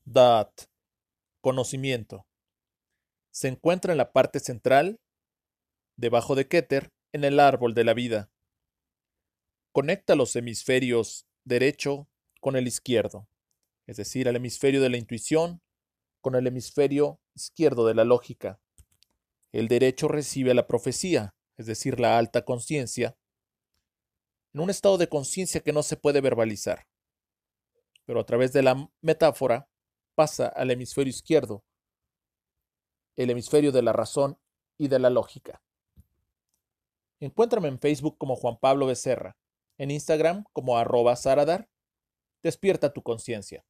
Da'at, conocimiento. Se encuentra en la parte central, debajo de Keter, en el árbol de la vida. Conecta los hemisferios derecho con el izquierdo, es decir, el hemisferio de la intuición con el hemisferio izquierdo de la lógica. El derecho recibe la profecía, es decir, la alta conciencia, en un estado de conciencia que no se puede verbalizar, pero a través de la metáfora pasa al hemisferio izquierdo, el hemisferio de la razón y de la lógica. Encuéntrame en Facebook como Juan Pablo Becerra, en Instagram como @Saradar. Despierta tu conciencia.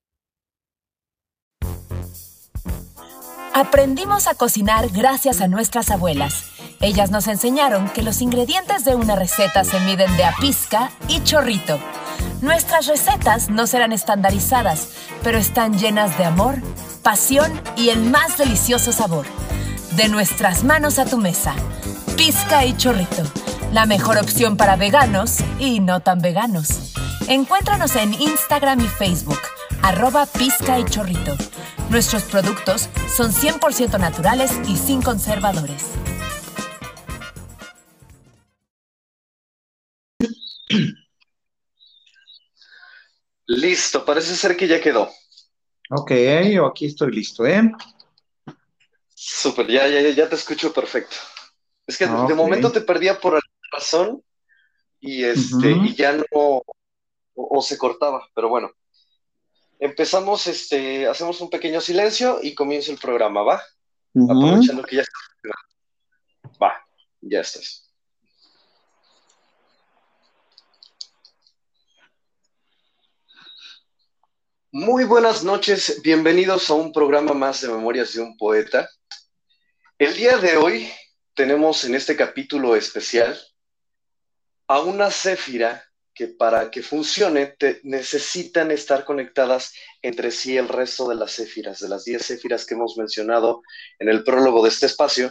Aprendimos a cocinar gracias a nuestras abuelas. Ellas nos enseñaron que los ingredientes de una receta se miden de a pizca y chorrito. Nuestras recetas no serán estandarizadas, pero están llenas de amor, pasión y el más delicioso sabor. De nuestras manos a tu mesa. Pizca y chorrito, la mejor opción para veganos y no tan veganos. Encuéntranos en Instagram y Facebook, @Pizca y Chorrito. Nuestros productos son 100% naturales y sin conservadores. Listo, parece ser que ya quedó. Ok, yo aquí estoy listo, ¿eh? Súper, ya te escucho perfecto. Es que de Ok. momento te perdía por alguna razón y Ujú. y ya no, o se cortaba, pero bueno. Empezamos, hacemos un pequeño silencio y comienza el programa, ¿va? Ujú. Aprovechando que ya está. Va, ya estás. Muy buenas noches, bienvenidos a un programa más de Memorias de un Poeta. El día de hoy tenemos en este capítulo especial a una céfira que para que funcione necesitan estar conectadas entre sí el resto de las céfiras, de las 10 céfiras que hemos mencionado en el prólogo de este espacio.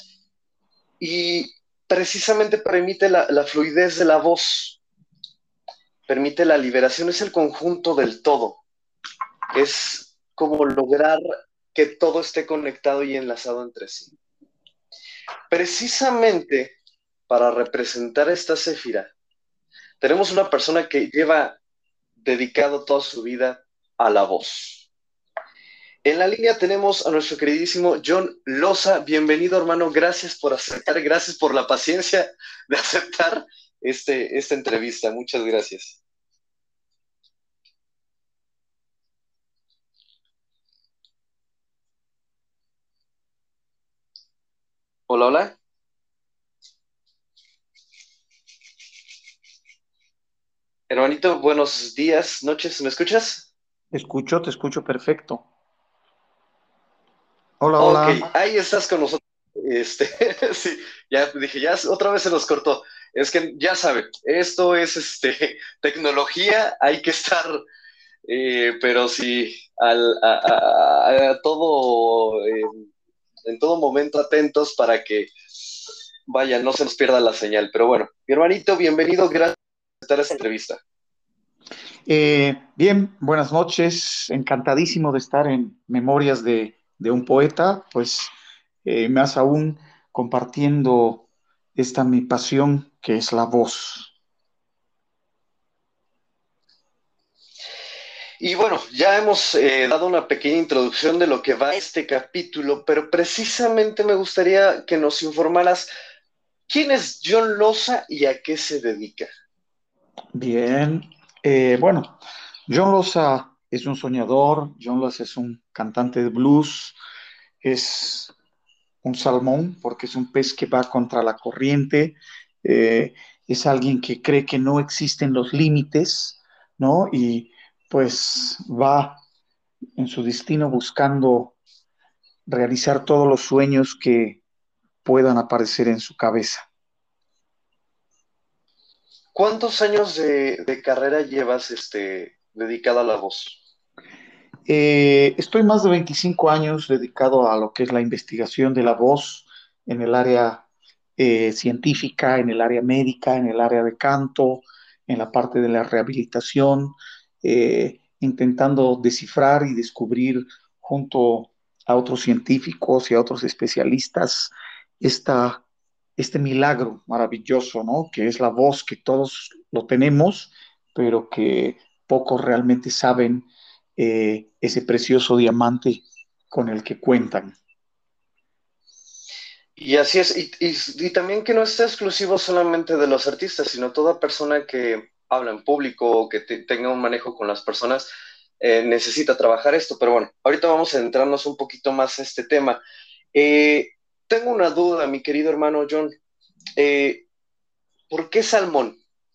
Y precisamente permite la fluidez de la voz, permite la liberación, es el conjunto del todo. Es como lograr que todo esté conectado y enlazado entre sí. Precisamente para representar esta céfira, tenemos una persona que lleva dedicado toda su vida a la voz. En la línea tenemos a nuestro queridísimo John Loza. Bienvenido, hermano. Gracias por aceptar, gracias por la paciencia de aceptar esta entrevista. Muchas gracias. Hola, hola. Hermanito, buenos días, noches. ¿Me escuchas? Te escucho perfecto. Hola, Ok, hola. ahí estás con nosotros. Sí, ya dije, ya otra vez se nos cortó. Es que ya sabe, esto es tecnología, hay que estar, pero sí, a todo, en todo momento atentos para que, vaya, no se nos pierda la señal. Pero bueno, mi hermanito, bienvenido, gracias por estar en esta entrevista. Bien, buenas noches. Encantadísimo de estar en Memorias de un Poeta. Pues más aún compartiendo esta mi pasión que es la voz. Y bueno, ya hemos dado una pequeña introducción de lo que va este capítulo, pero precisamente me gustaría que nos informaras quién es John Loza y a qué se dedica. Bien, bueno, John Loza es un soñador, John Loza es un cantante de blues, es un salmón porque es un pez que va contra la corriente, es alguien que cree que no existen los límites, ¿no? Y pues va en su destino buscando realizar todos los sueños que puedan aparecer en su cabeza. ¿Cuántos años de carrera llevas dedicado a la voz? Estoy más de 25 años dedicado a lo que es la investigación de la voz en el área científica, en el área médica, en el área de canto, en la parte de la rehabilitación. intentando descifrar y descubrir junto a otros científicos y a otros especialistas esta, este milagro maravilloso, ¿no? Que es la voz que todos lo tenemos, pero que pocos realmente saben ese precioso diamante con el que cuentan. Y así es, y también que no está exclusivo solamente de los artistas, sino toda persona que habla en público o que tenga un manejo con las personas necesita trabajar esto. Pero bueno, ahorita vamos a entrarnos un poquito más a este tema. Eh, Tengo una duda, mi querido hermano John. Eh, ¿Por qué salmón?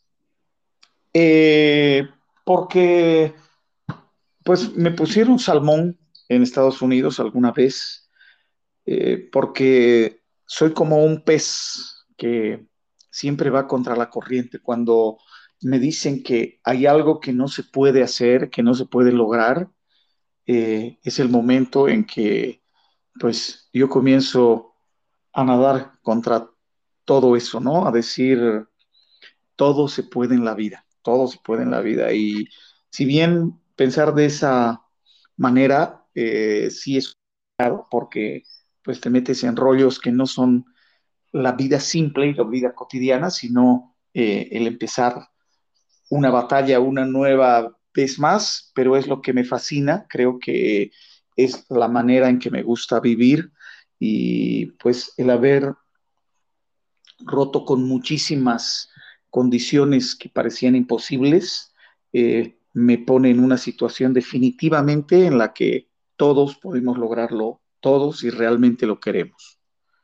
Eh, Porque pues me pusieron salmón en Estados Unidos alguna vez, porque soy como un pez que siempre va contra la corriente. Cuando me dicen que hay algo que no se puede hacer, que no se puede lograr, es el momento en que pues yo comienzo a nadar contra todo eso, ¿no? A decir, todo se puede en la vida, todo se puede en la vida. Y si bien pensar de esa manera, sí es complicado porque pues te metes en rollos que no son la vida simple y la vida cotidiana, sino el empezar una batalla, una nueva vez más, pero es lo que me fascina, creo que es la manera en que me gusta vivir y pues el haber roto con muchísimas condiciones que parecían imposibles, me pone en una situación definitivamente en la que todos podemos lograrlo, todos si realmente lo queremos.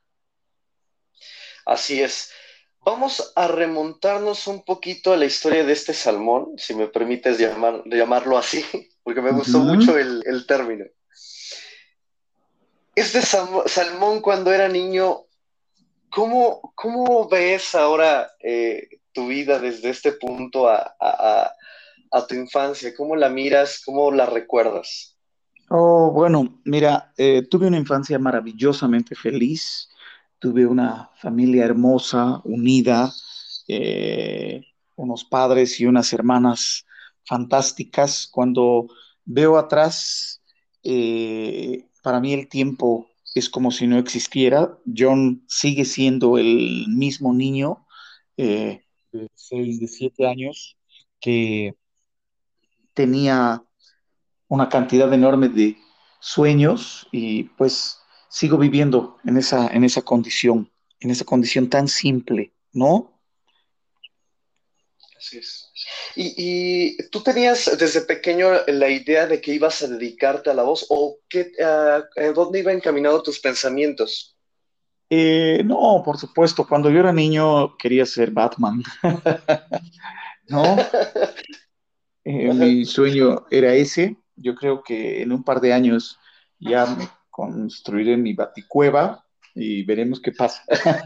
Así es. Vamos a remontarnos un poquito a la historia de este salmón, si me permites llamarlo así, porque me gustó Ujú. mucho el término. Este salmón cuando era niño, ¿cómo ves ahora tu vida desde este punto a tu infancia? ¿Cómo la miras? ¿Cómo la recuerdas? Oh, bueno, mira, tuve una infancia maravillosamente feliz, tuve una familia hermosa, unida, unos padres y unas hermanas fantásticas. Cuando veo atrás, para mí el tiempo es como si no existiera. John sigue siendo el mismo niño de 6, de 7 años que tenía una cantidad enorme de sueños y pues sigo viviendo en esa condición tan simple, ¿no? Así es. ¿Y tú tenías desde pequeño la idea de que ibas a dedicarte a la voz o dónde iban encaminados tus pensamientos? No, por supuesto, cuando yo era niño quería ser Batman, ¿no? Mi sueño era ese. Yo creo que en un par de años ya me construiré mi baticueva y veremos qué pasa.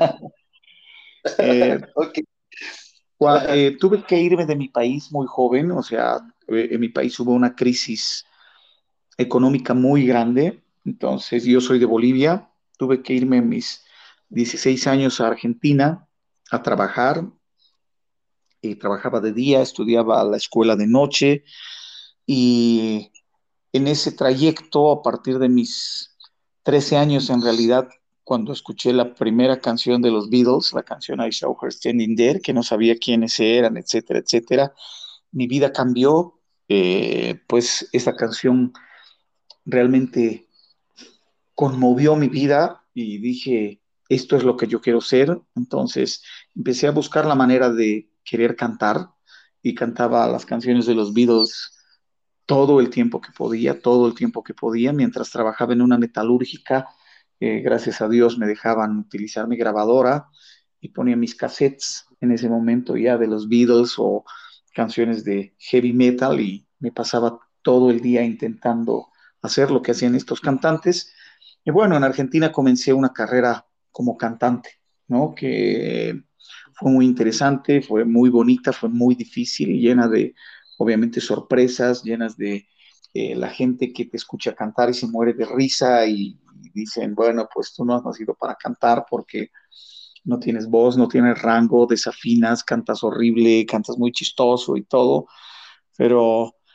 Eh, Ok. Ajá. Tuve que irme de mi país muy joven, o sea, en mi país hubo una crisis económica muy grande, entonces yo soy de Bolivia, tuve que irme a mis 16 años a Argentina a trabajar, y trabajaba de día, estudiaba a la escuela de noche y en ese trayecto, a partir de mis 13 años en realidad, cuando escuché la primera canción de los Beatles, la canción I Saw Her Standing There, que no sabía quiénes eran, etcétera, etcétera, mi vida cambió, pues esta canción realmente conmovió mi vida y dije, esto es lo que yo quiero ser. Entonces empecé a buscar la manera de querer cantar y cantaba las canciones de los Beatles todo el tiempo que podía, todo el tiempo que podía, mientras trabajaba en una metalúrgica. Gracias a Dios me dejaban utilizar mi grabadora y ponía mis cassettes en ese momento ya de los Beatles o canciones de heavy metal y me pasaba todo el día intentando hacer lo que hacían estos cantantes. Y bueno, en Argentina comencé una carrera como cantante, ¿no? Que fue muy interesante, fue muy bonita, fue muy difícil y llena de, obviamente, sorpresas, llenas de la gente que te escucha cantar y se muere de risa y dicen, bueno, pues tú no has nacido para cantar porque no tienes voz, no tienes rango, desafinas, cantas horrible, cantas muy chistoso y todo, pero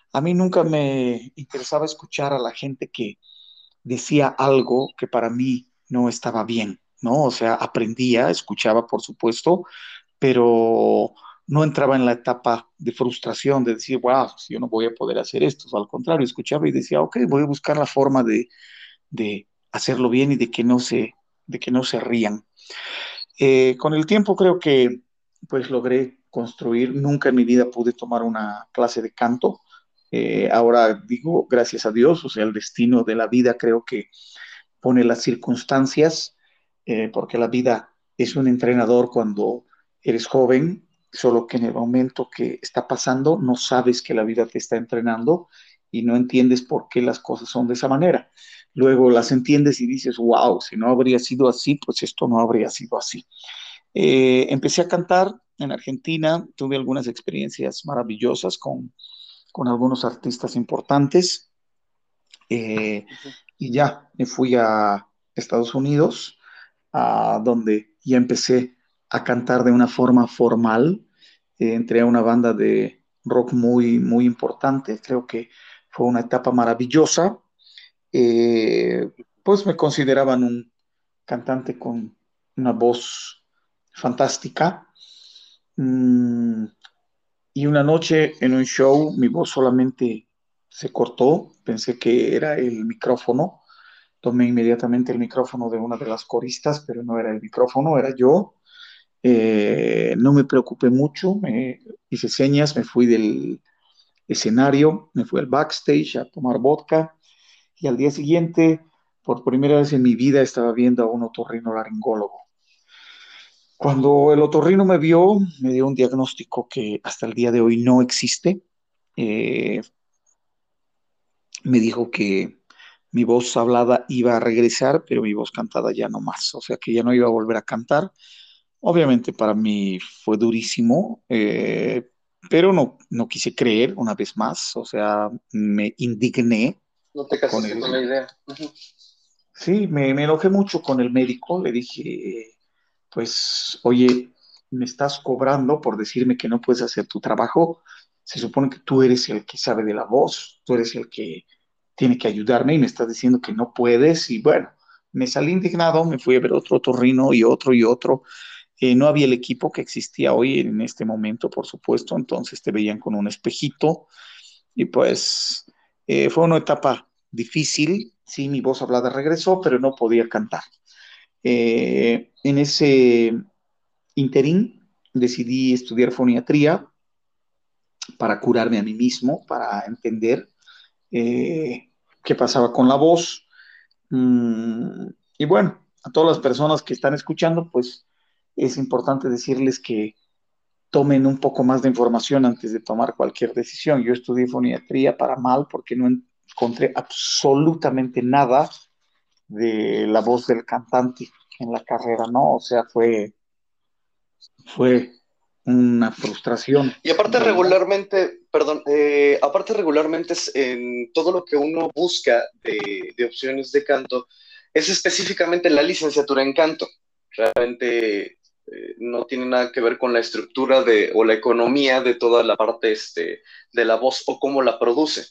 A mí nunca me interesaba escuchar a la gente que decía algo que para mí no estaba bien, ¿no? O sea, aprendía, escuchaba, por supuesto, pero no entraba en la etapa de frustración, de decir, wow, yo no voy a poder hacer esto. O al contrario, escuchaba y decía, ok, voy a buscar la forma de hacerlo bien y de que no se rían. Con el tiempo creo que pues logré construir, nunca en mi vida pude tomar una clase de canto. Ahora digo, gracias a Dios, o sea, el destino de la vida creo que pone las circunstancias, porque la vida es un entrenador cuando eres joven, solo que en el momento que está pasando no sabes que la vida te está entrenando y no entiendes por qué las cosas son de esa manera. Luego las entiendes y dices, wow, si no habría sido así, pues esto no habría sido así. Empecé a cantar en Argentina, tuve algunas experiencias maravillosas con algunos artistas importantes. eh, y ya me fui a Estados Unidos, a donde ya empecé a cantar de una forma formal. Entré a una banda de rock muy, muy importante. Creo que fue una etapa maravillosa. Eh, pues me consideraban un cantante con una voz fantástica. Mm, y una noche en un show mi voz solamente se cortó. Pensé que era el micrófono. Tomé inmediatamente el micrófono de una de las coristas, pero no era el micrófono, era yo. No me preocupé mucho, me hice señas, me fui del escenario, me fui al backstage a tomar vodka y al día siguiente, por primera vez en mi vida, estaba viendo a un otorrinolaringólogo. Cuando el otorrino me vio, me dio un diagnóstico que hasta el día de hoy no existe. Eh, Me dijo que mi voz hablada iba a regresar, pero mi voz cantada ya no más, o sea que ya no iba a volver a cantar. Obviamente para mí fue durísimo, pero no quise creer una vez más, o sea, me indigné No te con casaste con la él. idea. Ujú. Sí, me enojé mucho con el médico, le dije, pues, oye, me estás cobrando por decirme que no puedes hacer tu trabajo. Se supone que tú eres el que sabe de la voz, tú eres el que tiene que ayudarme y me estás diciendo que no puedes. Y bueno, me salí indignado, me fui a ver otro otorrino y otro y otro. No había el equipo que existía hoy en este momento, por supuesto, entonces te veían con un espejito y pues fue una etapa difícil. Sí, mi voz hablada regresó, pero no podía cantar. En ese interín decidí estudiar foniatría para curarme a mí mismo, para entender qué pasaba con la voz. Y bueno, a todas las personas que están escuchando, pues es importante decirles que tomen un poco más de información antes de tomar cualquier decisión. Yo estudié foniatría para mal porque no encontré absolutamente nada de la voz del cantante en la carrera, ¿no? O sea, fue una frustración, Y en aparte realidad. regularmente, perdón, aparte regularmente en todo lo que uno busca de opciones de canto es específicamente la licenciatura en canto. Realmente no tiene nada que ver con la estructura de, o la economía de toda la parte de la voz o cómo la produce.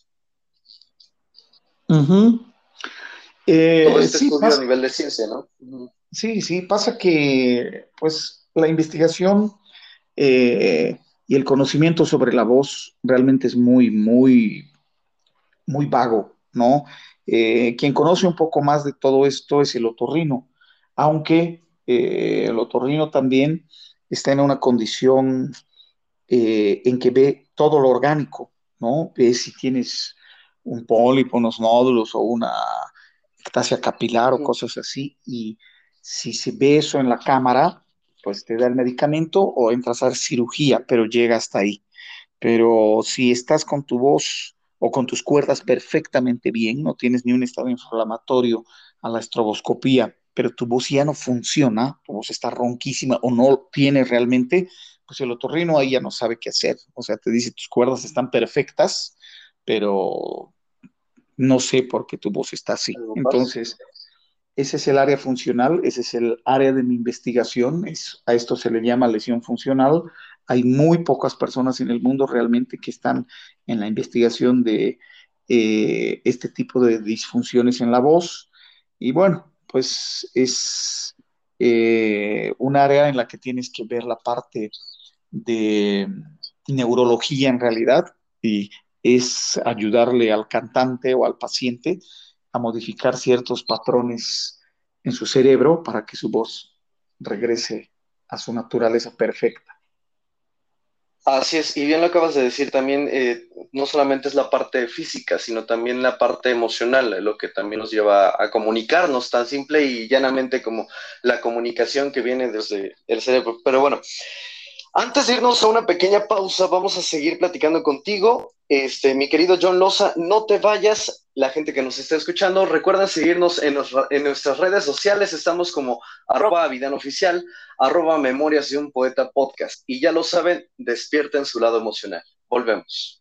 Ujú. Todo este Sí, estudio a nivel de ciencia, ¿no? Ujú. sí, pasa que pues la investigación y el conocimiento sobre la voz realmente es muy, muy, muy vago, ¿no? Quien conoce un poco más de todo esto es el otorrino, aunque el otorrino también está en una condición en que ve todo lo orgánico, ¿no? Ve si tienes un pólipo, unos nódulos o una ectasia capilar o Ujú. cosas así, y si se ve eso en la cámara, pues te da el medicamento o entras a hacer cirugía, pero llega hasta ahí. Pero si estás con tu voz o con tus cuerdas perfectamente bien, no tienes ni un estado inflamatorio a la estroboscopía, pero tu voz ya no funciona, tu voz está ronquísima o no tiene realmente, pues el otorrino ahí ya no sabe qué hacer. O sea, te dice tus cuerdas están perfectas, pero no sé por qué tu voz está así. Algo pasa. Entonces, ese es el área funcional, ese es el área de mi investigación, a esto se le llama lesión funcional, Hay muy pocas personas en el mundo realmente que están en la investigación de este tipo de disfunciones en la voz. Y bueno, pues es un área en la que tienes que ver la parte de neurología en realidad y es ayudarle al cantante o al paciente a modificar ciertos patrones en su cerebro para que su voz regrese a su naturaleza perfecta. Así es, y bien lo acabas de decir también, no solamente es la parte física, sino también la parte emocional, lo que también nos lleva a comunicarnos tan simple y llanamente como la comunicación que viene desde el cerebro. Pero bueno, antes de irnos a una pequeña pausa, vamos a seguir platicando contigo. Mi querido John Loza, no te vayas. La gente que nos está escuchando, recuerda seguirnos en nuestras redes sociales. Estamos como @vidanoficial, @memorias de un poeta podcast. Y ya lo saben, despierten su lado emocional. Volvemos.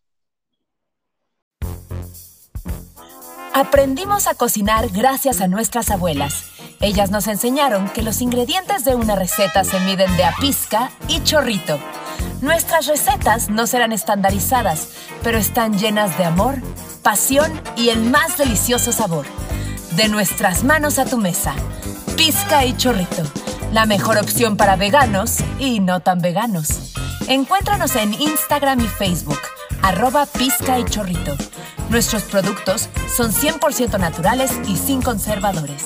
Aprendimos a cocinar gracias a nuestras abuelas. Ellas nos enseñaron que los ingredientes de una receta se miden de a pizca y chorrito. Nuestras recetas no serán estandarizadas, pero están llenas de amor, pasión y el más delicioso sabor. De nuestras manos a tu mesa. Pizca y chorrito, la mejor opción para veganos y no tan veganos. Encuéntranos en Instagram y Facebook, @pizca y chorrito. Nuestros productos son 100% naturales y sin conservadores.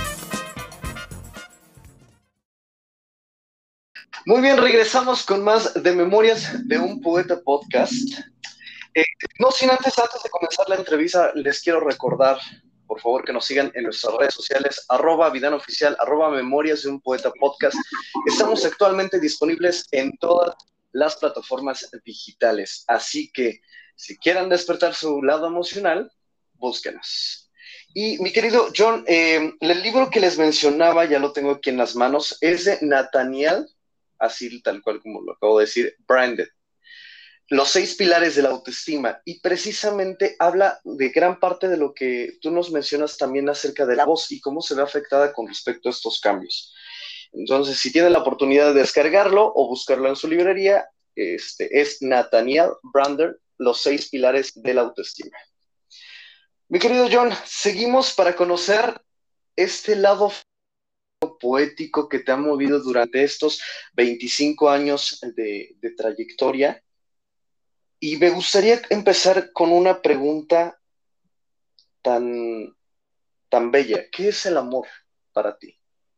Muy bien, regresamos con más de Memorias de un Poeta podcast. No sin antes de comenzar la entrevista, les quiero recordar, por favor, que nos sigan en nuestras redes sociales, @vidanoficial, @memorias de un poeta podcast. Estamos actualmente disponibles en todas las plataformas digitales, así que si quieren despertar su lado emocional, búsquenos. Y mi querido John, el libro que les mencionaba, ya lo tengo aquí en las manos, es de Nathaniel, así tal cual como lo acabo de decir, Branded. Los 6 pilares de la autoestima, y precisamente habla de gran parte de lo que tú nos mencionas también acerca de la voz y cómo se ve afectada con respecto a estos cambios. Entonces, si tienen la oportunidad de descargarlo o buscarlo en su librería, es Nathaniel Branded, Los 6 pilares de la autoestima. Mi querido John, seguimos para conocer este lado poético que te ha movido durante estos 25 años de trayectoria. Y me gustaría empezar con una pregunta tan, tan bella. ¿Qué es el amor para ti?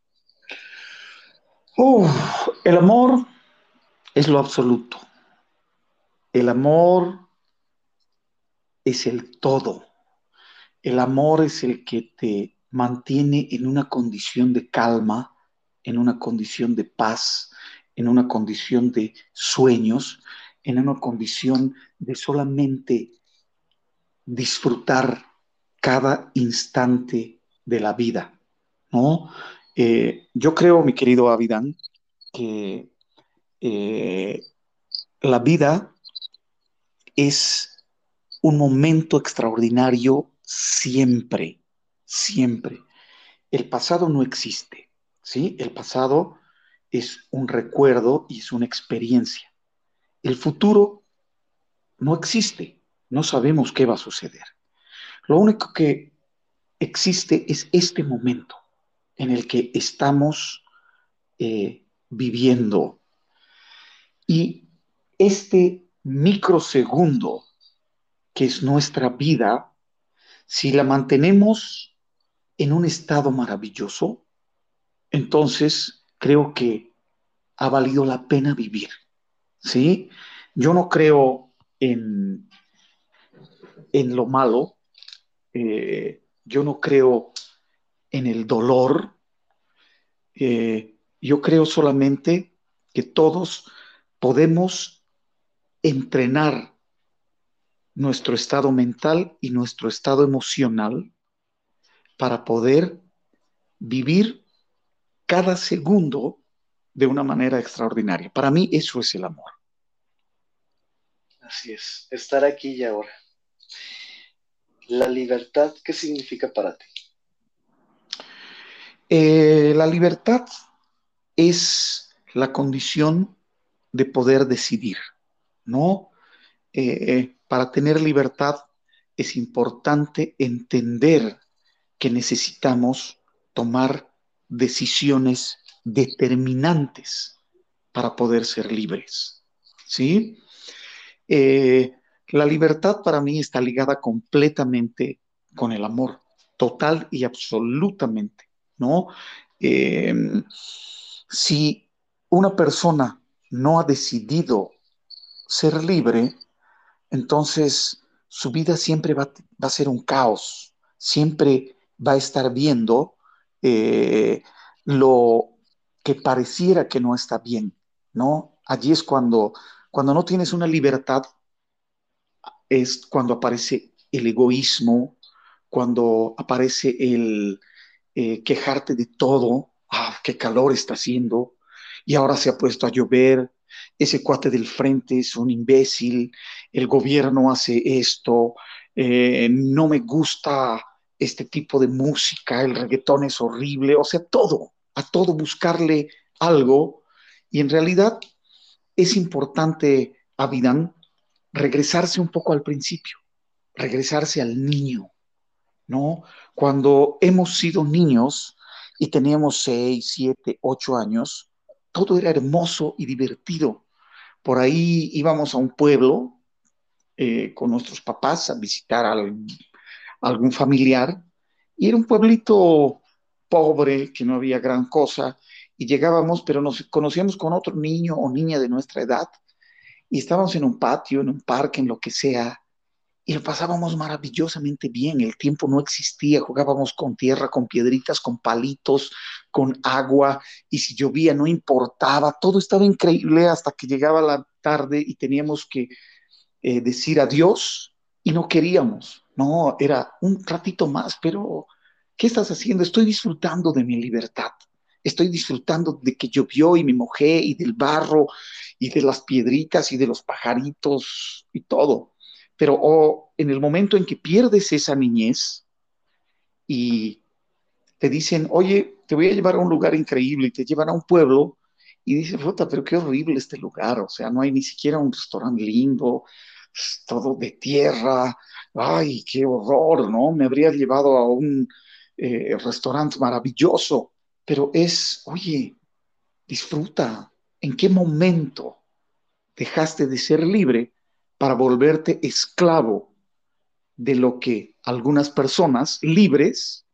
El amor es lo absoluto. El amor es el todo. El amor es el que te mantiene en una condición de calma, en una condición de paz, en una condición de sueños, en una condición de solamente disfrutar cada instante de la vida, ¿no? Yo creo, mi querido Avidan, que eh, la vida es un momento extraordinario siempre, siempre. El pasado no existe, ¿sí? El pasado es un recuerdo y es una experiencia. El futuro no existe, no sabemos qué va a suceder. Lo único que existe es este momento en el que estamos viviendo. Y este microsegundo que es nuestra vida, si la mantenemos en un estado maravilloso, entonces creo que ha valido la pena vivir, ¿sí? Yo no creo en lo malo, yo no creo en el dolor, yo creo solamente que todos podemos entrenar nuestro estado mental y nuestro estado emocional para poder vivir cada segundo de una manera extraordinaria. Para mí eso es el amor. Así es, estar aquí y ahora. La libertad, ¿qué significa para ti? La libertad es la condición de poder decidir, ¿no? Para tener libertad es importante entender que necesitamos tomar decisiones determinantes para poder ser libres, ¿sí? Eh, la libertad para mí está ligada completamente con el amor, total y absolutamente, ¿no? Eh, si una persona no ha decidido ser libre, entonces su vida siempre va a ser un caos, siempre va a estar viendo eh, lo que pareciera que no está bien, ¿no? Allí es cuando no tienes una libertad, es cuando aparece el egoísmo, cuando aparece el quejarte de todo, ah, qué calor está haciendo, y ahora se ha puesto a llover, ese cuate del frente es un imbécil, el gobierno hace esto, no me gusta este tipo de música, el reggaetón es horrible, o sea, todo, a todo buscarle algo, y en realidad es importante, Abidán, regresarse un poco al principio, regresarse al niño, ¿no? Cuando hemos sido niños y teníamos 6, 7, 8 años, todo era hermoso y divertido. Por ahí íbamos a un pueblo con nuestros papás a visitar a algún familiar y era un pueblito pobre, que no había gran cosa, y llegábamos, pero nos conocíamos con otro niño o niña de nuestra edad y estábamos en un patio, en un parque, en lo que sea, y lo pasábamos maravillosamente bien. El tiempo no existía, jugábamos con tierra, con piedritas, con palitos, con agua, y si llovía no importaba, todo estaba increíble hasta que llegaba la tarde y teníamos que decir adiós y no queríamos. No, era un ratito más, pero ¿qué estás haciendo? Estoy disfrutando de mi libertad. Estoy disfrutando de que llovió y me mojé y del barro y de las piedritas y de los pajaritos y todo. Pero en el momento en que pierdes esa niñez y te dicen, oye, te voy a llevar a un lugar increíble y te llevan a un pueblo y dices, puta, pero qué horrible este lugar, o sea, no hay ni siquiera un restaurante lindo, es todo de tierra, ay, qué horror, ¿no? Me habrías llevado a un restaurante maravilloso, pero oye, disfruta, ¿en qué momento dejaste de ser libre para volverte esclavo de lo que algunas personas libres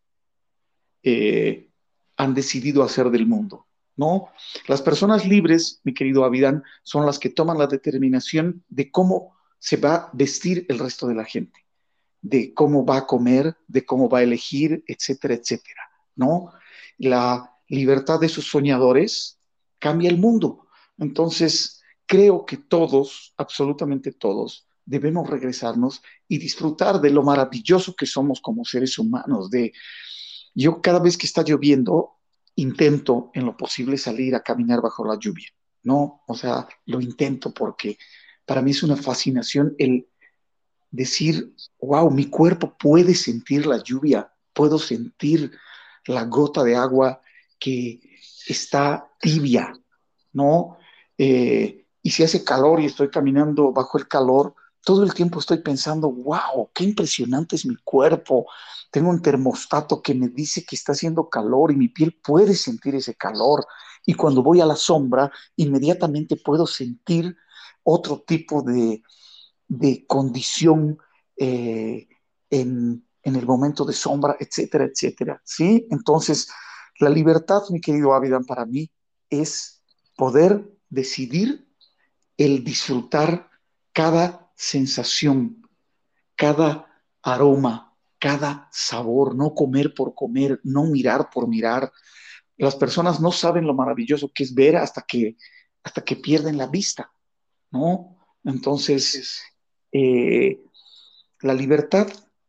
eh, han decidido hacer del mundo? ¿No? Las personas libres, mi querido Avidán, son las que toman la determinación de cómo se va a vestir el resto de la gente, de cómo va a comer, de cómo va a elegir, etcétera, etcétera, ¿no? La libertad de sus soñadores cambia el mundo. Entonces, creo que todos, absolutamente todos, debemos regresarnos y disfrutar de lo maravilloso que somos como seres humanos. Yo cada vez que está lloviendo, intento en lo posible salir a caminar bajo la lluvia, ¿no? O sea, lo intento porque para mí es una fascinación el decir, wow, mi cuerpo puede sentir la lluvia, puedo sentir la gota de agua que está tibia, ¿no? Y si hace calor y estoy caminando bajo el calor, todo el tiempo estoy pensando, wow, qué impresionante es mi cuerpo. Tengo un termostato que me dice que está haciendo calor y mi piel puede sentir ese calor. Y cuando voy a la sombra, inmediatamente puedo sentir otro tipo de condición eh, en el momento de sombra, etcétera, etcétera. ¿Sí? Entonces, la libertad, mi querido Avidan, para mí es poder decidir el disfrutar cada sensación, cada aroma, cada sabor, no comer por comer, no mirar por mirar. Las personas no saben lo maravilloso que es ver hasta que pierden la vista, ¿no? Entonces, eh, la libertad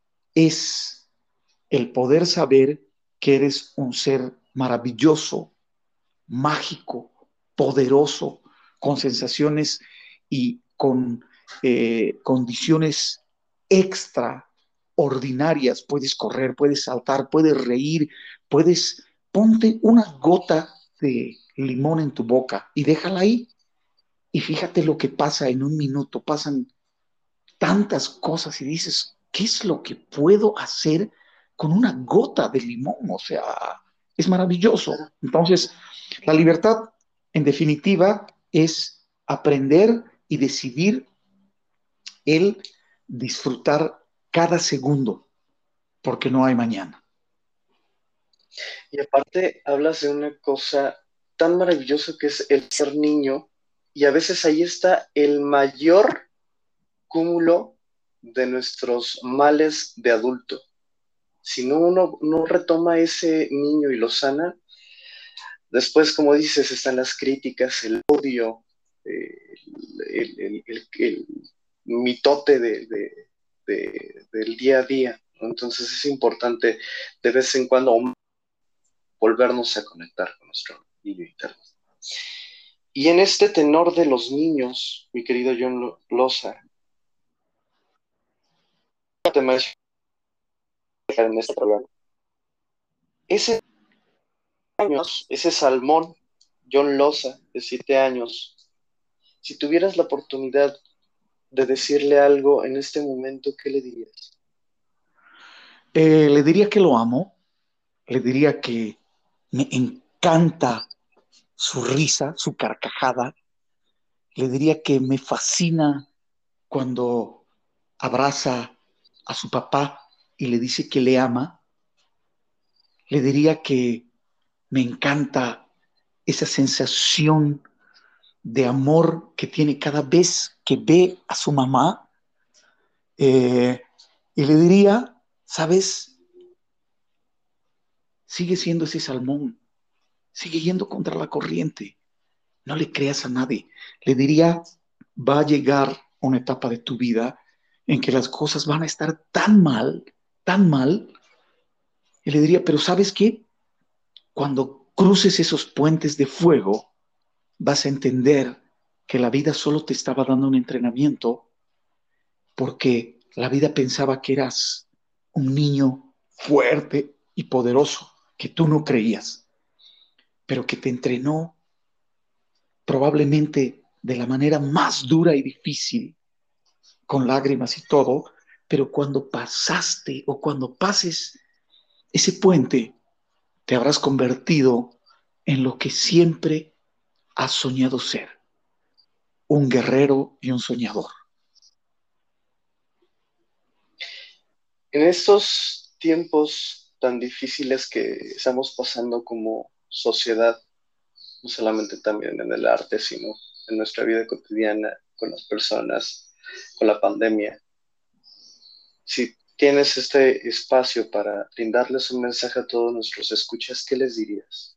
es el poder saber que eres un ser maravilloso, mágico, poderoso, con sensaciones y con condiciones extraordinarias. Puedes correr, puedes saltar, puedes reír, ponte una gota de limón en tu boca y déjala ahí. Y fíjate lo que pasa en un minuto, pasan tantas cosas y dices, ¿qué es lo que puedo hacer con una gota de limón? O sea, es maravilloso. Entonces, la libertad, en definitiva, es aprender y decidir el disfrutar cada segundo, porque no hay mañana. Y aparte hablas de una cosa tan maravillosa que es el ser niño, y a veces ahí está el mayor cúmulo de nuestros males de adulto. Si no uno no retoma ese niño y lo sana, después, como dices, están las críticas, el odio, el mitote del día a día. Entonces es importante de vez en cuando volvernos a conectar con nuestro niño interno. Y en este tenor de los niños, mi querido John Loza, te mencioné en este programa, ese años, ese salmón, John Loza, de 7 años, si tuvieras la oportunidad de decirle algo en este momento, ¿qué le dirías? Le diría que lo amo, le diría que me encanta su risa, su carcajada, le diría que me fascina cuando abraza a su papá y le dice que le ama, le diría que me encanta esa sensación de amor que tiene cada vez que ve a su mamá. Eh, y le diría, ¿sabes? Sigue siendo ese salmón, sigue yendo contra la corriente, no le creas a nadie. Le diría, va a llegar una etapa de tu vida en que las cosas van a estar tan mal, y le diría, pero ¿sabes qué? Cuando cruces esos puentes de fuego, vas a entender que la vida solo te estaba dando un entrenamiento porque la vida pensaba que eras un niño fuerte y poderoso, que tú no creías, pero que te entrenó probablemente de la manera más dura y difícil, con lágrimas y todo, pero cuando pasaste o cuando pases ese puente, te habrás convertido en lo que siempre has soñado ser, un guerrero y un soñador. En estos tiempos tan difíciles que estamos pasando como sociedad, no solamente también en el arte, sino en nuestra vida cotidiana, con las personas, con la pandemia, si tienes este espacio para brindarles un mensaje a todos nuestros escuchas, ¿qué les dirías?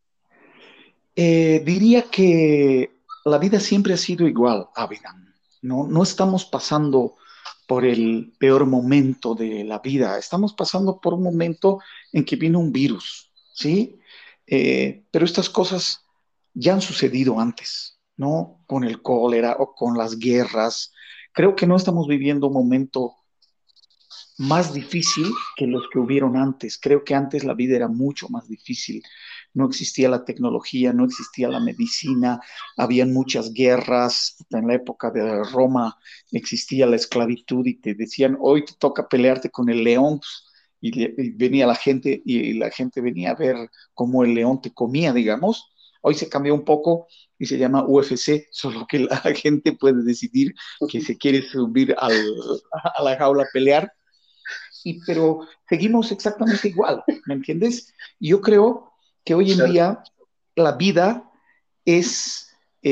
Diría que la vida siempre ha sido igual, Abidan. No estamos pasando por el peor momento de la vida, estamos pasando por un momento en que vino un virus, ¿sí? Pero estas cosas ya han sucedido antes, ¿no? Con el cólera o con las guerras. Creo que no estamos viviendo un momento más difícil que los que hubieron antes. Creo que antes la vida era mucho más difícil. No existía la tecnología, no existía la medicina, habían muchas guerras. En la época de Roma existía la esclavitud y te decían, hoy te toca pelearte con el león. Y venía la gente y la gente venía a ver cómo el león te comía, digamos. Hoy se cambió un poco y se llama UFC, solo que la gente puede decidir que se quiere subir a la jaula a pelear, pero seguimos exactamente igual, ¿me entiendes? Yo creo que hoy en Claro. día la vida es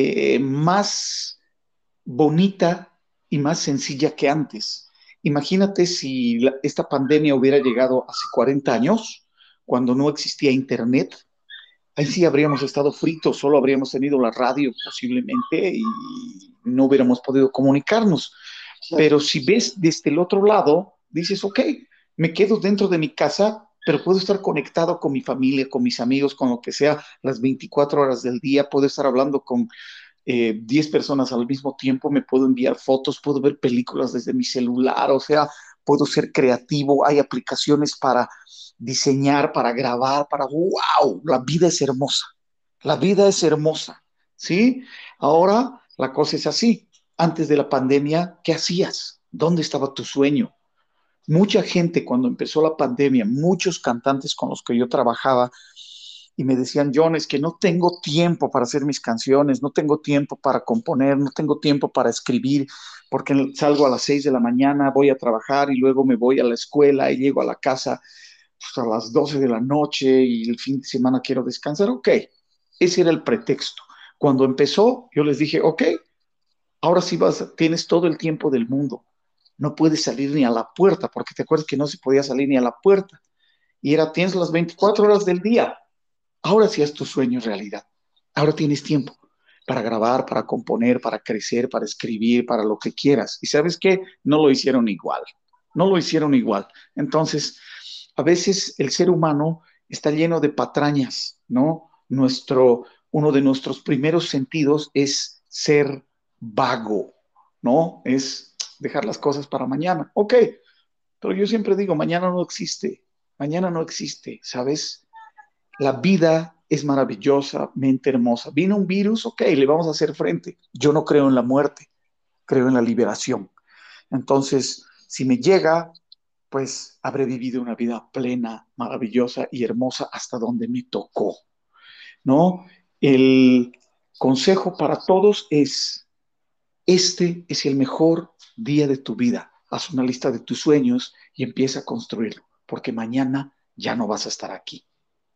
más bonita y más sencilla que antes. Imagínate si esta pandemia hubiera llegado hace 40 años, cuando no existía internet, ahí sí habríamos estado fritos, solo habríamos tenido la radio posiblemente y no hubiéramos podido comunicarnos. Claro. Pero si ves desde el otro lado, dices, ok, me quedo dentro de mi casa, pero puedo estar conectado con mi familia, con mis amigos, con lo que sea, las 24 horas del día, puedo estar hablando con 10 personas al mismo tiempo, me puedo enviar fotos, puedo ver películas desde mi celular, o sea, puedo ser creativo, hay aplicaciones para diseñar, para grabar, para, wow, la vida es hermosa, ¿sí? Ahora la cosa es así. Antes de la pandemia, ¿qué hacías? ¿Dónde estaba tu sueño? Mucha gente cuando empezó la pandemia, muchos cantantes con los que yo trabajaba y me decían, John, es que no tengo tiempo para hacer mis canciones, no tengo tiempo para componer, no tengo tiempo para escribir, porque salgo a las 6 de la mañana, voy a trabajar y luego me voy a la escuela y llego a la casa pues, a las 12 de la noche y el fin de semana quiero descansar. Ok, ese era el pretexto. Cuando empezó, yo les dije, ok, ahora sí tienes todo el tiempo del mundo. No puedes salir ni a la puerta, porque te acuerdas que no se podía salir ni a la puerta. Y tienes las 24 horas del día. Ahora sí es tu sueño realidad. Ahora tienes tiempo para grabar, para componer, para crecer, para escribir, para lo que quieras. Y sabes qué, no lo hicieron igual. No lo hicieron igual. Entonces, a veces el ser humano está lleno de patrañas, ¿no? Uno de nuestros primeros sentidos es ser vago, ¿no? Es dejar las cosas para mañana. Ok, pero yo siempre digo, mañana no existe, ¿sabes? La vida es maravillosa, mente hermosa. Vino un virus, ok, le vamos a hacer frente. Yo no creo en la muerte, creo en la liberación. Entonces, si me llega, pues habré vivido una vida plena, maravillosa y hermosa hasta donde me tocó, ¿no? El consejo para todos es, este es el mejor día de tu vida. Haz una lista de tus sueños y empieza a construirlo, porque mañana ya no vas a estar aquí.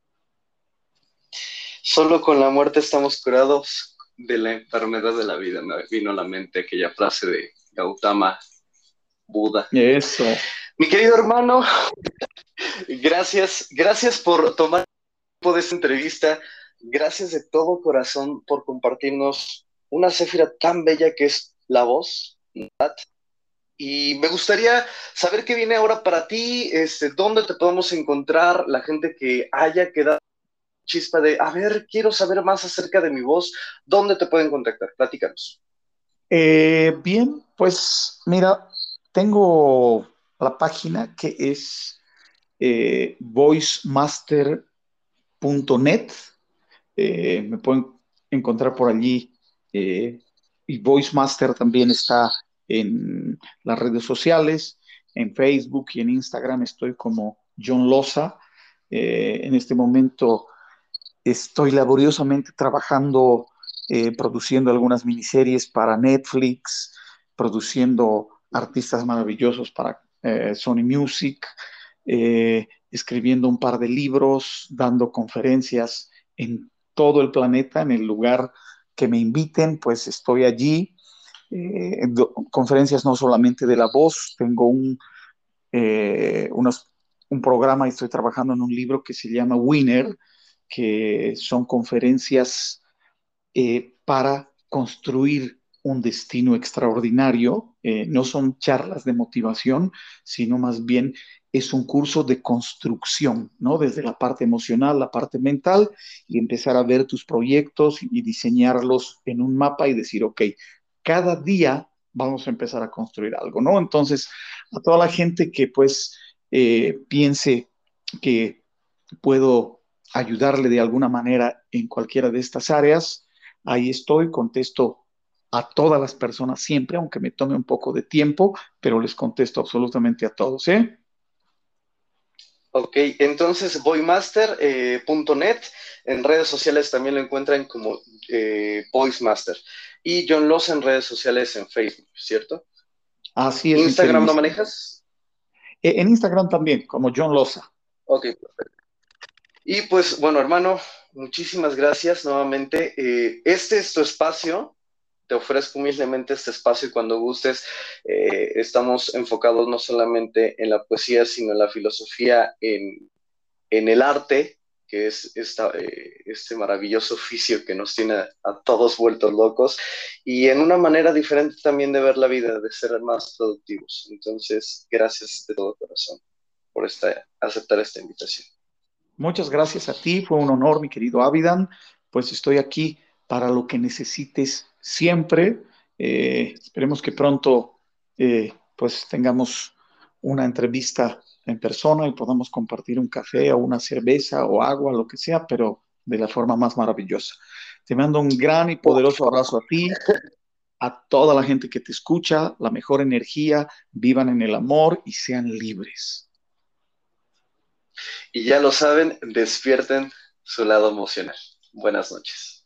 Solo con la muerte estamos curados de la enfermedad de la vida. Me vino a la mente aquella frase de Gautama Buda. Eso. Mi querido hermano, gracias por tomar tiempo de esta entrevista. Gracias de todo corazón por compartirnos una céfira tan bella que es la voz, ¿verdad? Y me gustaría saber qué viene ahora para ti, dónde te podemos encontrar, la gente que haya quedado chispa de, a ver, quiero saber más acerca de mi voz, ¿dónde te pueden contactar? Platícanos. Bien, pues mira, tengo la página que es voicemaster.net. Me pueden encontrar por allí. Y VoiceMaster también está en las redes sociales, en Facebook y en Instagram estoy como John Loza. En este momento estoy laboriosamente trabajando, produciendo algunas miniseries para Netflix, produciendo artistas maravillosos para Sony Music, escribiendo un par de libros, dando conferencias en todo el planeta, en el lugar que me inviten, pues estoy allí. Conferencias no solamente de la voz, tengo un programa y estoy trabajando en un libro que se llama Winner, que son conferencias para construir un destino extraordinario. No son charlas de motivación, sino más bien es un curso de construcción, ¿no? Desde la parte emocional, la parte mental, y empezar a ver tus proyectos y diseñarlos en un mapa y decir, ok, cada día vamos a empezar a construir algo, ¿no? Entonces, a toda la gente que pues piense que puedo ayudarle de alguna manera en cualquiera de estas áreas, ahí estoy, contesto a todas las personas siempre, aunque me tome un poco de tiempo, pero les contesto absolutamente a todos, ¿eh? Ok, entonces voicemaster.net, en redes sociales también lo encuentran como Voicemaster. Y John Loza en redes sociales en Facebook, ¿cierto? Así es, mi ¿Instagram no queridísimo. manejas? En Instagram también, como John Loza. Ok, perfecto. Y pues bueno, hermano, muchísimas gracias nuevamente. Este es tu espacio. Te ofrezco humildemente este espacio y cuando gustes. Estamos enfocados no solamente en la poesía, sino en la filosofía, en el arte, que es este maravilloso oficio que nos tiene a todos vueltos locos, y en una manera diferente también de ver la vida, de ser más productivos. Entonces, gracias de todo corazón por aceptar esta invitación. Muchas gracias a ti, fue un honor, mi querido Avidan. Pues estoy aquí para lo que necesites siempre. Esperemos que pronto pues tengamos una entrevista en persona y podamos compartir un café o una cerveza o agua, lo que sea, pero de la forma más maravillosa. Te mando un gran y poderoso abrazo a ti. a toda la gente que te escucha la mejor energía, vivan en el amor y sean libres. Y ya lo saben, despierten su lado emocional. Buenas noches.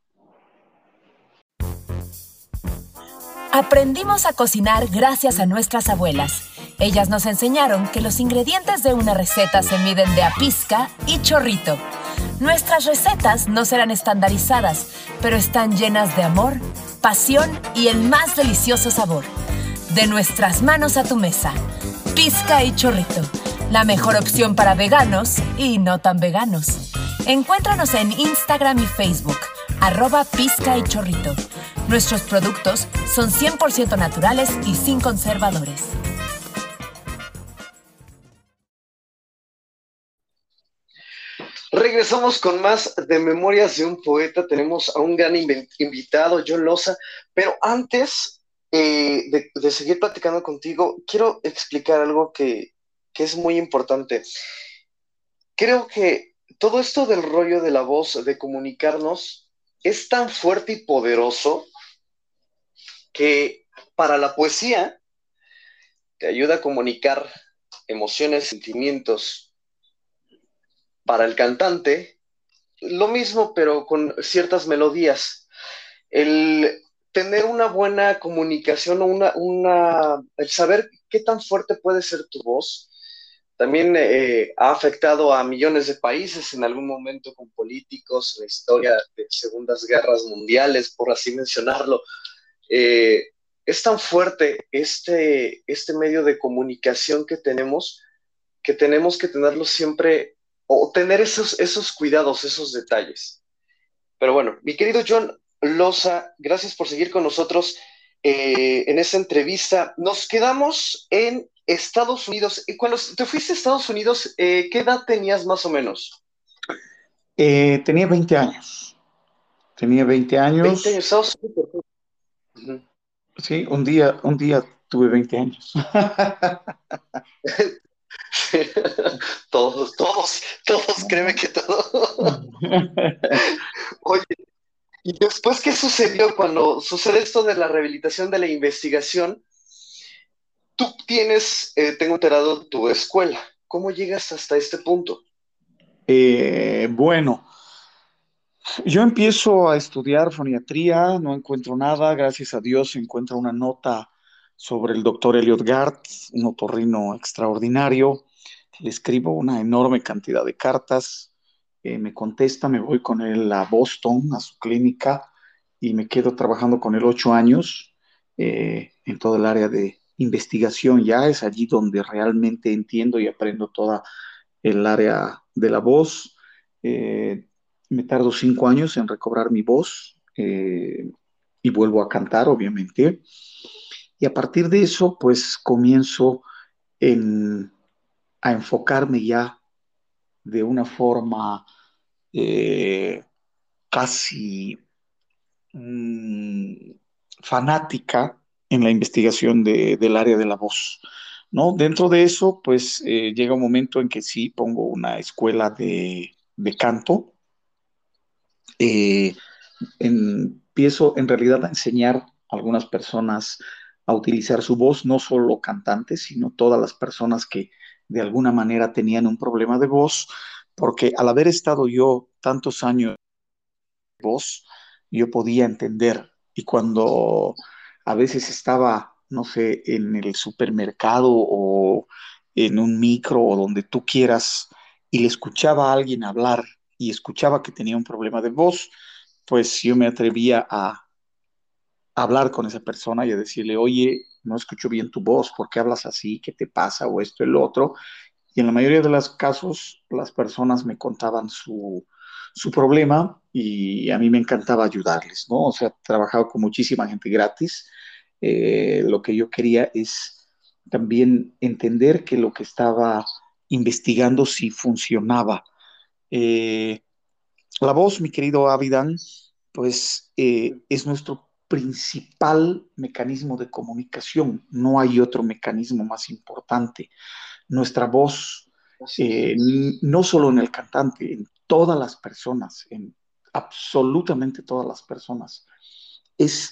Aprendimos a cocinar gracias a nuestras abuelas. Ellas nos enseñaron que los ingredientes de una receta se miden de a pizca y chorrito. Nuestras recetas no serán estandarizadas, pero están llenas de amor, pasión y el más delicioso sabor. De nuestras manos a tu mesa. Pizca y chorrito, la mejor opción para veganos y no tan veganos. Encuéntranos en Instagram y Facebook, @pizca y chorrito. Nuestros productos son 100% naturales y sin conservadores. Regresamos con más de Memorias de un Poeta. Tenemos a un gran invitado, John Loza, pero antes de seguir platicando contigo, quiero explicar algo que es muy importante. Creo que todo esto del rollo de la voz, de comunicarnos, es tan fuerte y poderoso que para la poesía te ayuda a comunicar emociones, sentimientos. Para el cantante, lo mismo, pero con ciertas melodías. El tener una buena comunicación o el saber qué tan fuerte puede ser tu voz, también ha afectado a millones de países en algún momento con políticos, la historia de segundas guerras mundiales, por así mencionarlo. Eh, es tan fuerte este medio de comunicación que tenemos que tenerlo siempre o tener esos cuidados, esos detalles. Pero bueno, mi querido John Loza, gracias por seguir con nosotros en esta entrevista. Nos quedamos en Estados Unidos. Y cuando te fuiste a Estados Unidos, ¿qué edad tenías más o menos? Tenía 20 años. Tenía 20 20 años. años, Estados Unidos. Uh-huh. Sí, un día tuve 20 años. Todos, créeme que todos. Oye, y después, ¿qué sucedió cuando sucede esto de la rehabilitación de la investigación? Tú tienes, tengo enterado, tu escuela. ¿Cómo llegas hasta este punto? Bueno, yo empiezo a estudiar foniatría, no encuentro nada, gracias a Dios encuentro una nota sobre el doctor Elliot Gart, un otorrino extraordinario. Le escribo una enorme cantidad de cartas, me contesta, me voy con él a Boston, a su clínica, y me quedo trabajando con él 8 años en todo el área de investigación. Ya es allí donde realmente entiendo y aprendo toda el área de la voz. Me tardo 5 años en recobrar mi voz y vuelvo a cantar, obviamente. Y a partir de eso, pues comienzo en, a enfocarme ya de una forma eh, casi mm, fanática en la investigación del área de la voz, ¿no? Dentro de eso, pues llega un momento en que sí pongo una escuela de canto. eh, Empiezo en realidad a enseñar a algunas personas a utilizar su voz, no solo cantantes, sino todas las personas que de alguna manera tenían un problema de voz, porque al haber estado yo tantos años voz, yo podía entender. Y cuando a veces estaba, no sé, en el supermercado o en un micro o donde tú quieras y le escuchaba a alguien hablar y escuchaba que tenía un problema de voz, pues yo me atrevía a hablar con esa persona y a decirle, oye, no escucho bien tu voz, ¿por qué hablas así? ¿Qué te pasa? O esto, el otro. Y en la mayoría de los casos, las personas me contaban su problema y a mí me encantaba ayudarles, ¿no? O sea, he trabajado con muchísima gente gratis. Lo que yo quería es también entender que lo que estaba investigando sí funcionaba. Eh, la voz, mi querido Avidan, pues es nuestro principal mecanismo de comunicación. No hay otro mecanismo más importante. Nuestra voz, Así es. no solo en el cantante, en todas las personas, en absolutamente todas las personas, es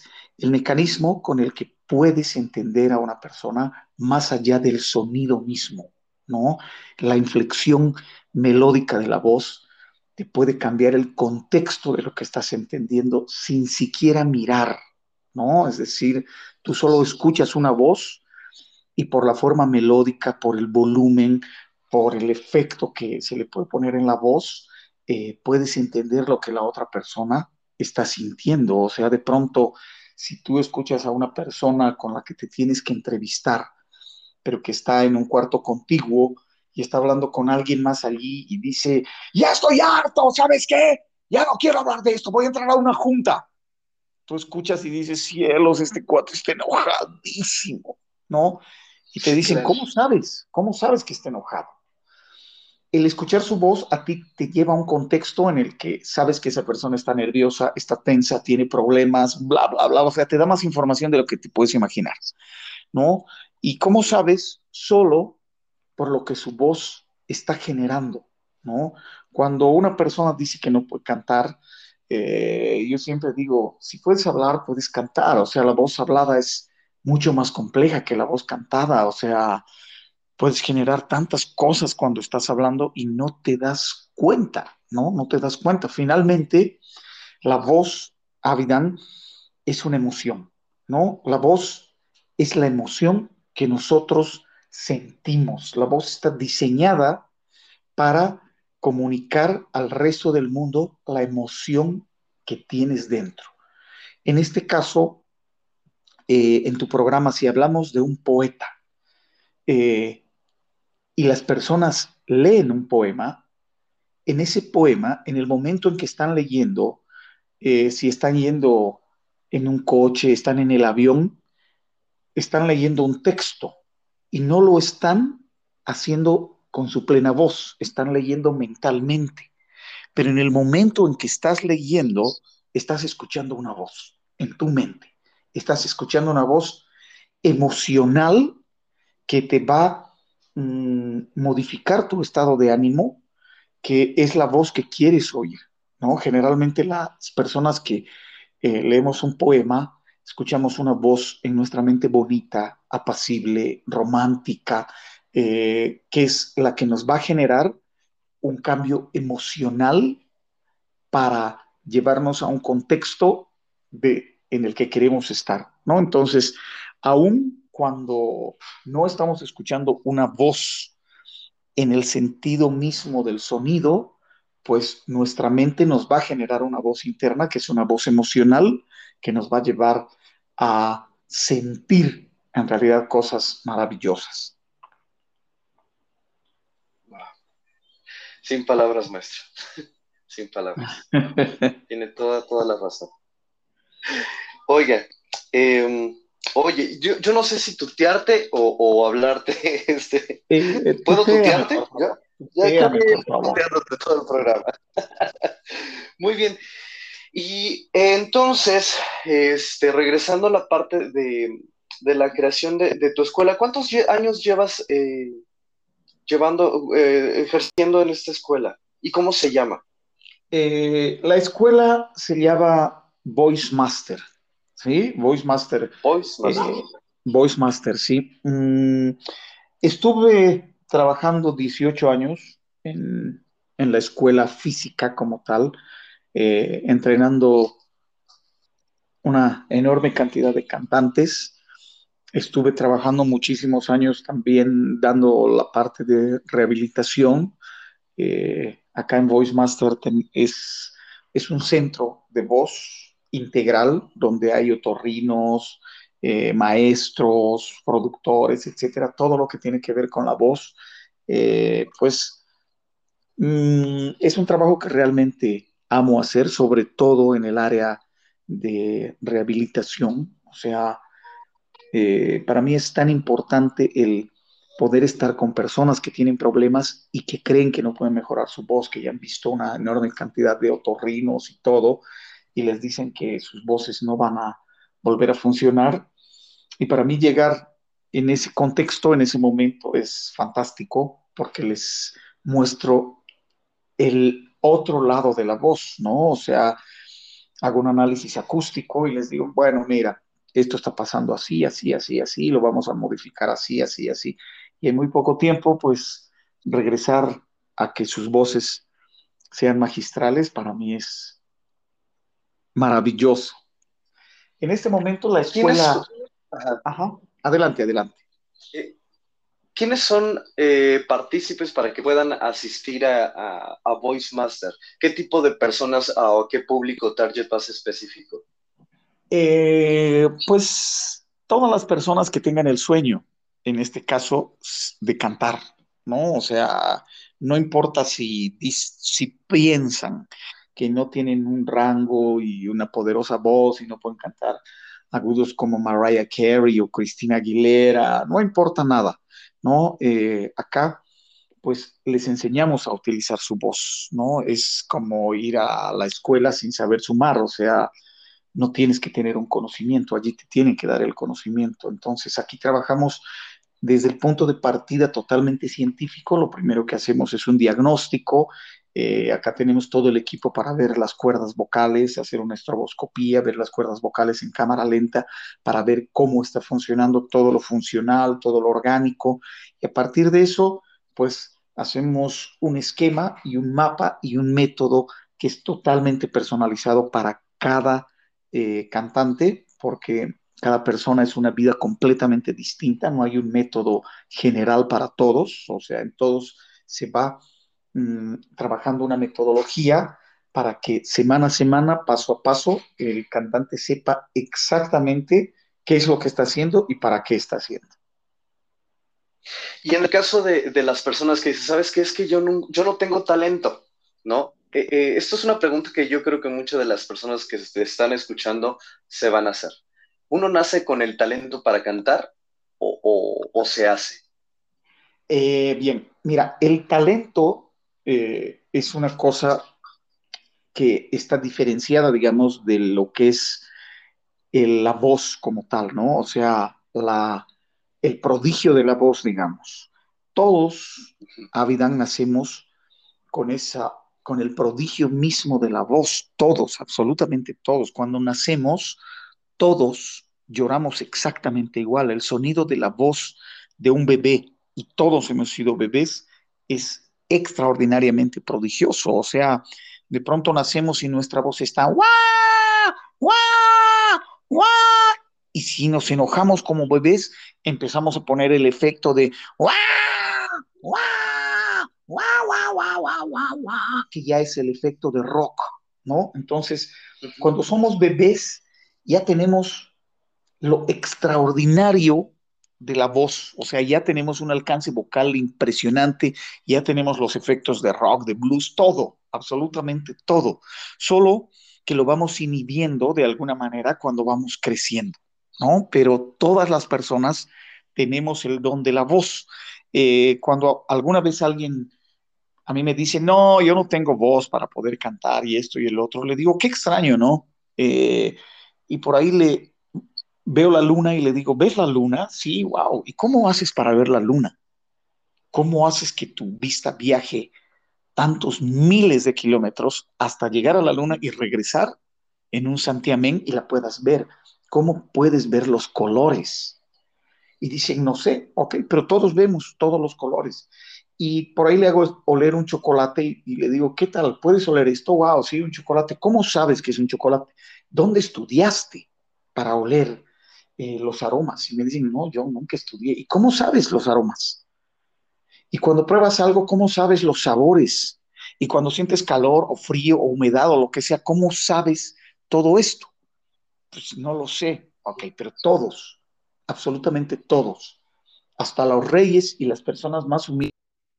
el mecanismo con el que puedes entender a una persona más allá del sonido mismo, ¿no? La inflexión melódica de la voz te puede cambiar el contexto de lo que estás entendiendo sin siquiera mirar, ¿no? Es decir, tú solo escuchas una voz y por la forma melódica, por el volumen, por el efecto que se le puede poner en la voz, puedes entender lo que la otra persona está sintiendo. O sea, de pronto, si tú escuchas a una persona con la que te tienes que entrevistar, pero que está en un cuarto contiguo y está hablando con alguien más allí y dice, ya estoy harto, ¿sabes qué? Ya no quiero hablar de esto, voy a entrar a una junta. Tú escuchas y dices, cielos, este cuate está enojadísimo, ¿no? Y te dicen, Claro, ¿cómo sabes? ¿Cómo sabes que está enojado? El escuchar su voz a ti te lleva a un contexto en el que sabes que esa persona está nerviosa, está tensa, tiene problemas, bla, bla, bla. O sea, te da más información de lo que te puedes imaginar, ¿no? ¿Y cómo sabes? Solo por lo que su voz está generando, ¿no? Cuando una persona dice que no puede cantar, yo siempre digo, si puedes hablar, puedes cantar, o sea, la voz hablada es mucho más compleja que la voz cantada, o sea, puedes generar tantas cosas cuando estás hablando y no te das cuenta, ¿no? No te das cuenta. Finalmente, la voz, Avidan, es una emoción, ¿no? La voz es la emoción que nosotros sentimos. La voz está diseñada para comunicar al resto del mundo la emoción que tienes dentro. En este caso, en tu programa, si hablamos de un poeta eh, y las personas leen un poema, en ese poema, en el momento en que están leyendo, si están yendo en un coche, están en el avión, están leyendo un texto y no lo están haciendo con su plena voz, están leyendo mentalmente. Pero en el momento en que estás leyendo, estás escuchando una voz en tu mente, estás escuchando una voz emocional que te va a modificar tu estado de ánimo, que es la voz que quieres oír, ¿no? Generalmente las personas que leemos un poema, escuchamos una voz en nuestra mente bonita, apacible, romántica, que es la que nos va a generar un cambio emocional para llevarnos a un contexto en el que queremos estar, ¿no? Entonces, aún cuando no estamos escuchando una voz en el sentido mismo del sonido, pues nuestra mente nos va a generar una voz interna, que es una voz emocional, que nos va a llevar a sentir en realidad cosas maravillosas. sin palabras, maestro, sin palabras. Tiene toda la razón. Oiga, eh, oye, yo no sé si tutearte o hablarte, ¿puedo Tutéame, tutearte? por ¿Ya? favor. Ya Tutéame, cambié por favor. tuteándote todo el programa. Muy bien. Y entonces, regresando a la parte de la creación de tu escuela, ¿cuántos años llevas ejerciendo en esta escuela? ¿Y cómo se llama? La escuela se llama Voice Master, ¿sí? Voice Master. Voice eh, Master. Voice Master, sí. Estuve trabajando 18 años en la escuela física como tal, entrenando una enorme cantidad de cantantes. Estuve trabajando muchísimos años también dando la parte de rehabilitación. Acá en Voice Master es un centro de voz integral donde hay otorrinos, maestros, productores, etcétera, todo lo que tiene que ver con la voz. Pues es un trabajo que realmente amo hacer, sobre todo en el área de rehabilitación. O sea, para mí es tan importante el poder estar con personas que tienen problemas y que creen que no pueden mejorar su voz, que ya han visto una enorme cantidad de otorrinos y todo, y les dicen que sus voces no van a volver a funcionar. Y para mí llegar en ese contexto, en ese momento, es fantástico porque les muestro el otro lado de la voz, ¿no? O sea, hago un análisis acústico y les digo, bueno, mira, esto está pasando así, así, así, así, lo vamos a modificar así, así, así. Y en muy poco tiempo, pues regresar a que sus voces sean magistrales, para mí es maravilloso. En este momento la ¿Quiénes, escuela, ajá, ajá, adelante, adelante. eh, ¿quiénes son partícipes para que puedan asistir a Voice Master? ¿Qué tipo de personas o qué público target más específico? Pues todas las personas que tengan el sueño, en este caso, de cantar, ¿no? O sea, no importa si piensan que no tienen un rango y una poderosa voz y no pueden cantar agudos como Mariah Carey o Christina Aguilera, no importa nada, ¿no? Acá pues les enseñamos a utilizar su voz, ¿no? Es como ir a la escuela sin saber sumar, o sea, no tienes que tener un conocimiento, allí te tienen que dar el conocimiento. Entonces, aquí trabajamos desde el punto de partida totalmente científico. Lo primero que hacemos es un diagnóstico. Acá tenemos todo el equipo para ver las cuerdas vocales, hacer una estroboscopía, ver las cuerdas vocales en cámara lenta para ver cómo está funcionando todo lo funcional, todo lo orgánico. Y a partir de eso, pues hacemos un esquema y un mapa y un método que es totalmente personalizado para cada cantante, porque cada persona es una vida completamente distinta, no hay un método general para todos, o sea, en todos se va trabajando una metodología para que semana a semana, paso a paso, el cantante sepa exactamente qué es lo que está haciendo y para qué está haciendo. Y en el caso de las personas que dicen, ¿sabes qué? Es que yo no tengo talento, ¿no? Esto es una pregunta que yo creo que muchas de las personas que te están escuchando se van a hacer. ¿Uno nace con el talento para cantar o se hace? Bien, mira, el talento es una cosa que está diferenciada, digamos, de lo que es la voz como tal, ¿no? O sea, el prodigio de la voz, digamos. Todos, Avidan, nacemos con con el prodigio mismo de la voz, todos, absolutamente todos. Cuando nacemos, todos lloramos exactamente igual. El sonido de la voz de un bebé, y todos hemos sido bebés, es extraordinariamente prodigioso. O sea, de pronto nacemos y nuestra voz está ¡guau! ¡Guau! ¡Guau! Y si nos enojamos como bebés, empezamos a poner el efecto de ¡guau! ¡Guau! ¡Guau! ¡Guau! ¡Guau! ¡Guau! ¡Guau! ¡Guau! Que ya es el efecto de rock, ¿no? Entonces, Ujú. cuando somos bebés, ya tenemos lo extraordinario de la voz, o sea, ya tenemos un alcance vocal impresionante, ya tenemos los efectos de rock, de blues, todo, absolutamente todo, solo que lo vamos inhibiendo de alguna manera cuando vamos creciendo, ¿no? Pero todas las personas tenemos el don de la voz. Cuando alguna vez alguien a mí me dice, no, yo no tengo voz para poder cantar y esto y el otro, le digo, qué extraño, ¿no? Y por ahí le veo la luna y le digo, ¿ves la luna? Sí, wow. ¿Y cómo haces para ver la luna? ¿Cómo haces que tu vista viaje tantos miles de kilómetros hasta llegar a la luna y regresar en un santiamén y la puedas ver? ¿Cómo puedes ver los colores? Y dicen, no sé, ok, pero todos vemos todos los colores. Y por ahí le hago oler un chocolate y le digo, ¿qué tal? ¿Puedes oler esto? Wow, sí, un chocolate. ¿Cómo sabes que es un chocolate? ¿Dónde estudiaste para oler los aromas? Y me dicen, no, yo nunca estudié. ¿Y cómo sabes los aromas? Y cuando pruebas algo, ¿cómo sabes los sabores? Y cuando sientes calor o frío o humedad o lo que sea, ¿cómo sabes todo esto? Pues no lo sé, ok, pero todos, absolutamente todos, hasta los reyes y las personas más humildes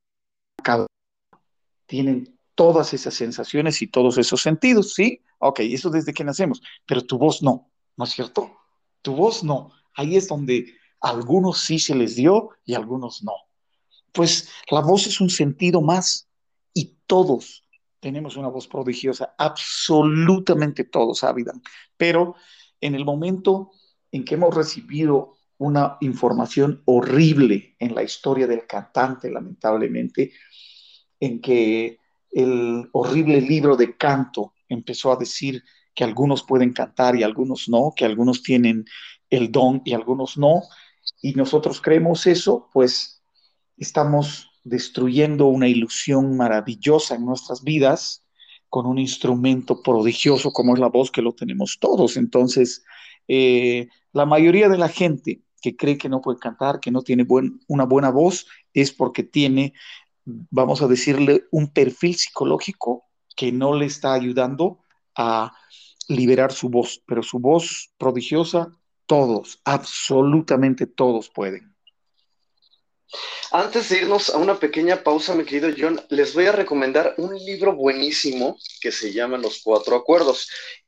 tienen todas esas sensaciones y todos esos sentidos, ¿sí? Ok, eso desde que nacemos, pero tu voz no, ¿no es cierto? Tu voz no. Ahí es donde a algunos sí se les dio y a algunos no. Pues la voz es un sentido más y todos tenemos una voz prodigiosa, absolutamente todos, Ávidan. Pero en el momento en que hemos recibido una información horrible en la historia del cantante, lamentablemente, en que el horrible libro de canto empezó a decir que algunos pueden cantar y algunos no, que algunos tienen el don y algunos no, y nosotros creemos eso, pues estamos destruyendo una ilusión maravillosa en nuestras vidas con un instrumento prodigioso como es la voz, que lo tenemos todos. Entonces, la mayoría de la gente que cree que no puede cantar, que no tiene una buena voz, es porque tiene, vamos a decirle, un perfil psicológico que no le está ayudando a liberar su voz, pero su voz prodigiosa, todos, absolutamente todos pueden. Antes de irnos a una pequeña pausa, mi querido John, les voy a recomendar un libro buenísimo que se llama Los Cuatro Acuerdos.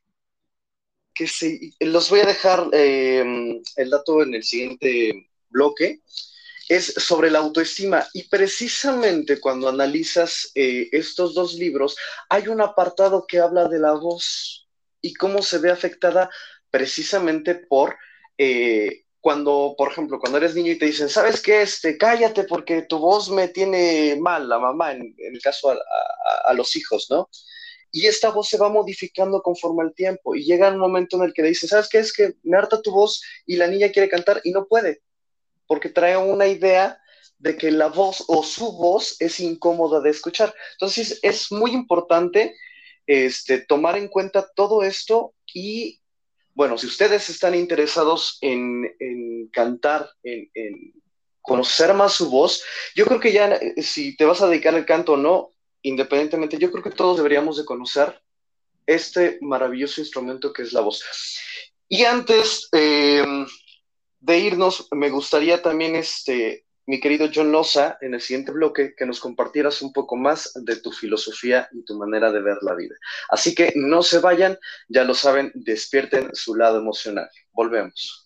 Los voy a dejar el dato en el siguiente bloque. Es sobre la autoestima y precisamente cuando analizas estos dos libros hay un apartado que habla de la voz y cómo se ve afectada precisamente por cuando, por ejemplo, cuando eres niño y te dicen, ¿sabes qué? Cállate porque tu voz me tiene mal, la mamá, en el caso a los hijos, ¿no? Y esta voz se va modificando conforme al tiempo y llega un momento en el que le dicen, ¿sabes qué? Es que me harta tu voz y la niña quiere cantar y no puede porque trae una idea de que la voz o su voz es incómoda de escuchar. Entonces es muy importante tomar en cuenta todo esto y, bueno, si ustedes están interesados en cantar, en conocer más su voz, yo creo que ya si te vas a dedicar al canto o no, independientemente, yo creo que todos deberíamos de conocer este maravilloso instrumento que es la voz. Y antes de irnos, me gustaría también, mi querido John Loza, en el siguiente bloque, que nos compartieras un poco más de tu filosofía y tu manera de ver la vida. Así que no se vayan, ya lo saben, despierten su lado emocional. Volvemos.